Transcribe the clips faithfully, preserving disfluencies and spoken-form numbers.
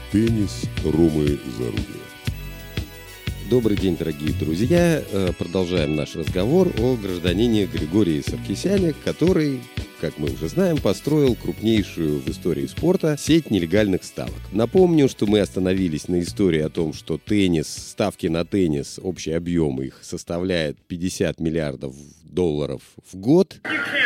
Теннис Ромы Зарубина. Добрый день, дорогие друзья. Продолжаем наш разговор о гражданине Григории Саркисяне, который, как мы уже знаем, построил крупнейшую в истории спорта сеть нелегальных ставок. Напомню, что мы остановились на истории о том, что теннис, ставки на теннис, общий объем их составляет пятьдесят миллиардов долларов в год.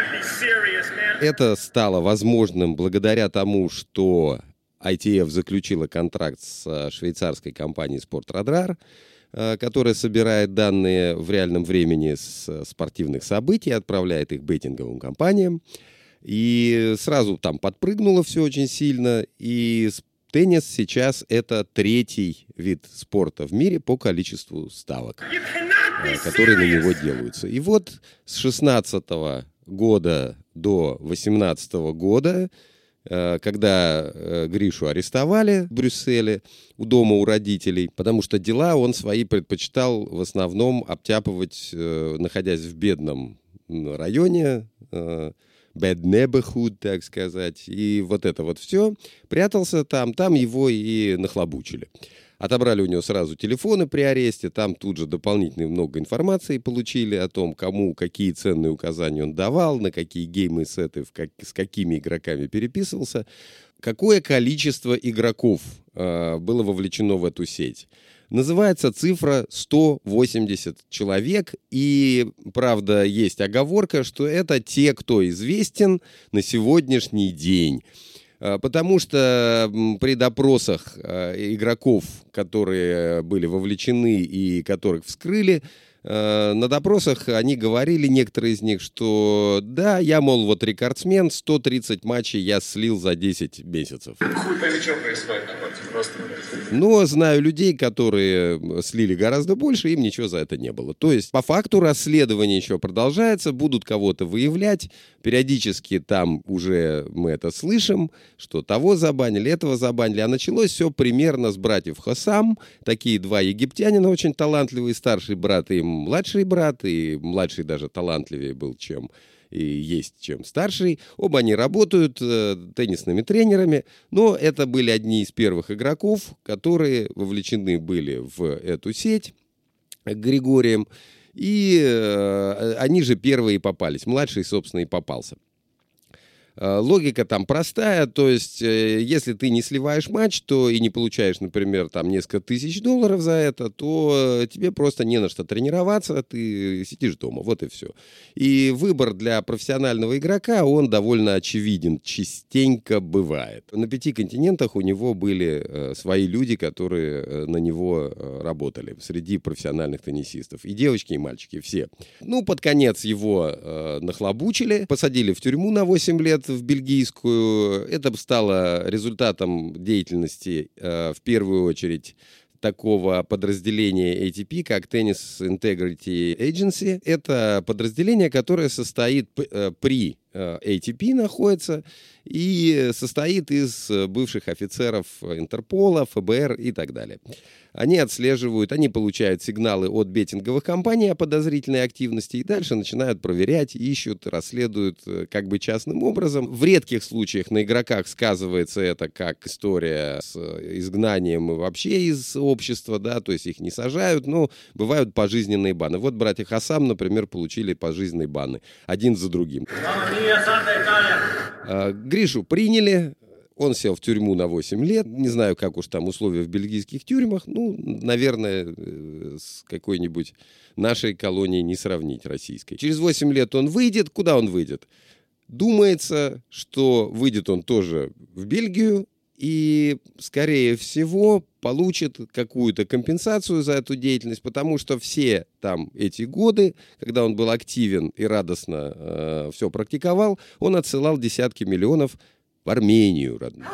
Это стало возможным благодаря тому, что ай ти эф заключила контракт с швейцарской компанией «Спортрадар», которая собирает данные в реальном времени с спортивных событий, отправляет их беттинговым компаниям. И сразу там подпрыгнуло все очень сильно. И теннис сейчас это третий вид спорта в мире по количеству ставок, которые на него делаются. И вот с шестнадцатого года до восемнадцатого года, когда Гришу арестовали в Брюсселе, у дома у родителей, потому что дела он свои предпочитал в основном обтяпывать, находясь в бедном районе, bad neighborhood, так сказать, и вот это вот все, прятался там, там его и нахлобучили. Отобрали у него сразу телефоны при аресте, там тут же дополнительно много информации получили о том, кому какие ценные указания он давал, на какие геймы, сеты, как, с какими игроками переписывался. Какое количество игроков э, было вовлечено в эту сеть? Называется цифра сто восемьдесят человек, и, правда, есть оговорка, что это те, кто известен на сегодняшний день. Потому что при допросах игроков, которые были вовлечены и которых вскрыли, на допросах они говорили, некоторые из них, что да, я, мол, вот рекордсмен, сто тридцать матчей я слил за десять месяцев. Хуй пойми, что происходит на корте, просто. Но знаю людей, которые слили гораздо больше, им ничего за это не было. То есть, по факту, расследование еще продолжается, будут кого-то выявлять. Периодически там уже мы это слышим, что того забанили, этого забанили. А началось все примерно с братьев Хосам. Такие два египтянина, очень талантливые, старший брат и младший брат, и младший даже талантливее был, чем и есть, чем старший. Оба они работают э, теннисными тренерами, но это были одни из первых игроков, которые вовлечены были в эту сеть к Григориям, и э, они же первые попались. Младший, собственно, и попался. Логика там простая, то есть, если ты не сливаешь матч, то и не получаешь, например, там несколько тысяч долларов за это, то тебе просто не на что тренироваться, ты сидишь дома, вот и все. И выбор для профессионального игрока, он довольно очевиден, частенько бывает. На пяти континентах у него были свои люди, которые на него работали, среди профессиональных теннисистов. И девочки, и мальчики, все. Ну, под конец его нахлобучили, посадили в тюрьму на восемь лет, в бельгийскую. Это стало результатом деятельности э, в первую очередь такого подразделения эй ти пи, как Tennis Integrity Agency. Это подразделение, которое состоит э, при э, эй ти пи находится и состоит из бывших офицеров Интерпола, эф бэ эр и так далее. Они отслеживают, они получают сигналы от беттинговых компаний о подозрительной активности и дальше начинают проверять, ищут, расследуют как бы частным образом. В редких случаях на игроках сказывается это как история с изгнанием вообще из общества, да, то есть их не сажают, но бывают пожизненные баны. Вот братья Хосам, например, получили пожизненные баны, один за другим. Гришу приняли. Он сел в тюрьму на восемь лет. Не знаю, как уж там условия в бельгийских тюрьмах. Ну, наверное, с какой-нибудь нашей колонией не сравнить, российской. Через восемь лет он выйдет. Куда он выйдет? Думается, что выйдет он тоже в Бельгию и, скорее всего, получит какую-то компенсацию за эту деятельность, потому что все там эти годы, когда он был активен и радостно э, все практиковал, он отсылал десятки миллионов в Армению, родную.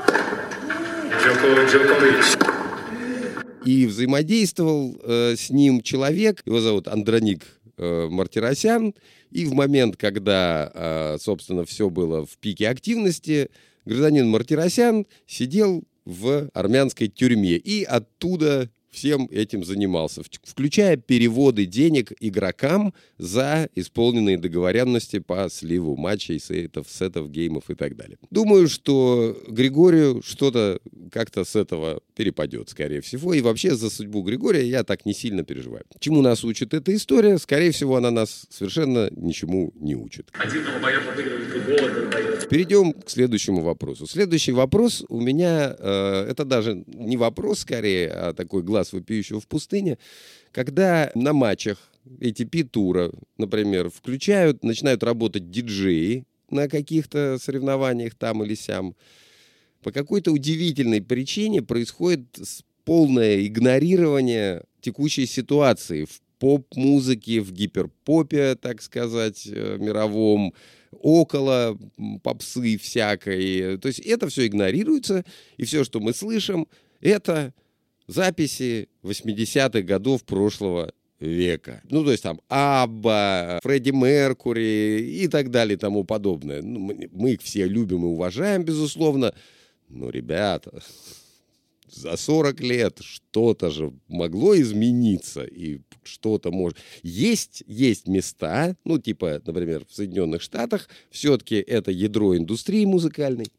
И взаимодействовал э, с ним человек, его зовут Андроник э, Мартиросян, и в момент, когда, э, собственно, все было в пике активности, гражданин Мартиросян сидел в армянской тюрьме и оттуда всем этим занимался, включая переводы денег игрокам за исполненные договоренности по сливу матчей, сетов, сетов, геймов и так далее. Думаю, что Григорию что-то как-то с этого перепадет, скорее всего. И вообще за судьбу Григория я так не сильно переживаю. Чему нас учит эта история? Скорее всего, она нас совершенно ничему не учит. Один долбоеб отыгрывает другого долбоеба. Перейдем к следующему вопросу. Следующий вопрос у меня, э, это даже не вопрос скорее, а такой глаз вопиющего в пустыне. Когда на матчах эй ти пи-тура, например, включают, начинают работать диджеи на каких-то соревнованиях там или сям, по какой-то удивительной причине происходит полное игнорирование текущей ситуации в поп-музыке, в гиперпопе, так сказать, мировом, около попсы всякой. То есть это все игнорируется, и все, что мы слышим, это записи восьмидесятых годов прошлого века. Ну, то есть там Абба, Фредди Меркури и так далее и тому подобное. Ну, мы, мы их все любим и уважаем, безусловно. Но, ребята, за сорок лет что-то же могло измениться, и что-то может... Есть, есть места, ну, типа, например, в Соединенных Штатах, все-таки это ядро индустрии музыкальной.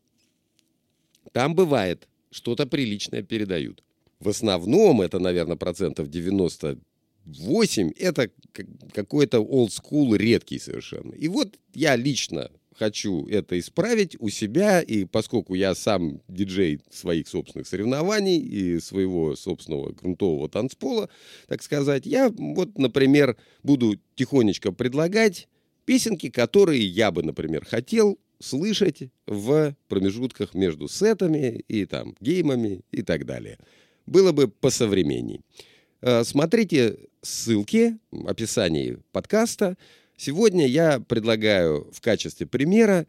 Там бывает, что-то приличное передают. В основном это, наверное, процентов девяносто восемь, это какой-то old school редкий совершенно. И вот я лично хочу это исправить у себя, и поскольку я сам диджей своих собственных соревнований и своего собственного грунтового танцпола, так сказать, я вот, например, буду тихонечко предлагать песенки, которые я бы, например, хотел слышать в промежутках между сетами и там геймами и так далее. Было бы посовременней. Смотрите ссылки в описании подкаста. Сегодня я предлагаю в качестве примера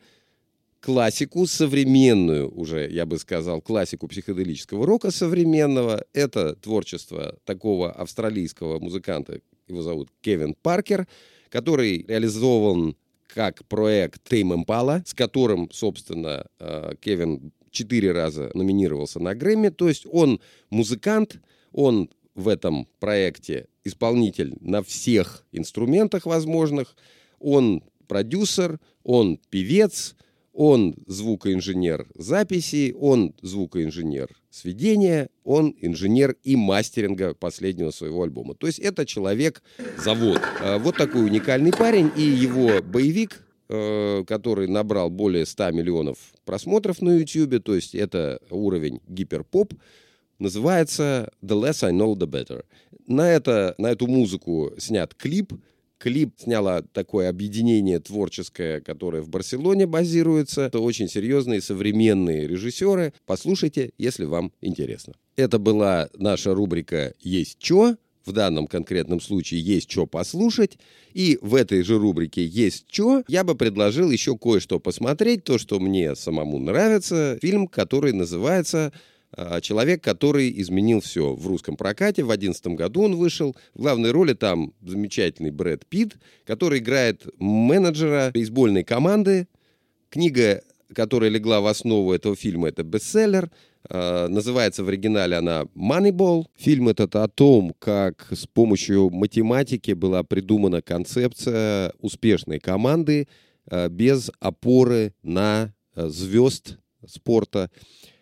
классику современную, уже, я бы сказал, классику психоделического рока современного. Это творчество такого австралийского музыканта, его зовут Кевин Паркер, который реализован как проект Tame Impala, с которым, собственно, Кевин четыре раза номинировался на Грэмми. То есть он музыкант, он в этом проекте исполнитель на всех инструментах возможных. Он продюсер, он певец, он звукоинженер записи, он звукоинженер сведения, он инженер и мастеринга последнего своего альбома. То есть это человек-завод. Вот такой уникальный парень, и его боевик, который набрал более ста миллионов просмотров на YouTube, то есть это уровень гиперпоп, называется «The Less I Know, The Better». На, это, на эту музыку снят клип. Клип сняло такое объединение творческое, которое в Барселоне базируется. Это очень серьезные современные режиссеры. Послушайте, если вам интересно. Это была наша рубрика «Есть чё?». В данном конкретном случае «Есть чё послушать». И в этой же рубрике «Есть чё?» я бы предложил еще кое-что посмотреть. То, что мне самому нравится. Фильм, который называется «Человек, который изменил все» в русском прокате. В две тысячи одиннадцатом году он вышел. В главной роли там замечательный Брэд Питт, который играет менеджера бейсбольной команды. Книга, которая легла в основу этого фильма, это бестселлер. Называется в оригинале она «Moneyball». Фильм этот о том, как с помощью математики была придумана концепция успешной команды без опоры на звезд спорта.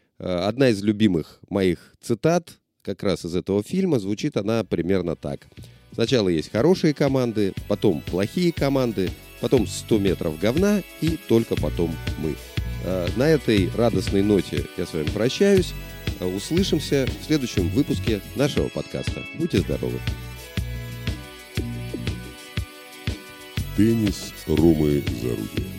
Одна из любимых моих цитат как раз из этого фильма, звучит она примерно так. Сначала есть хорошие команды, потом плохие команды, потом сто метров говна и только потом мы. На этой радостной ноте я с вами прощаюсь. Услышимся в следующем выпуске нашего подкаста. Будьте здоровы. Теннис, румы, зарубье.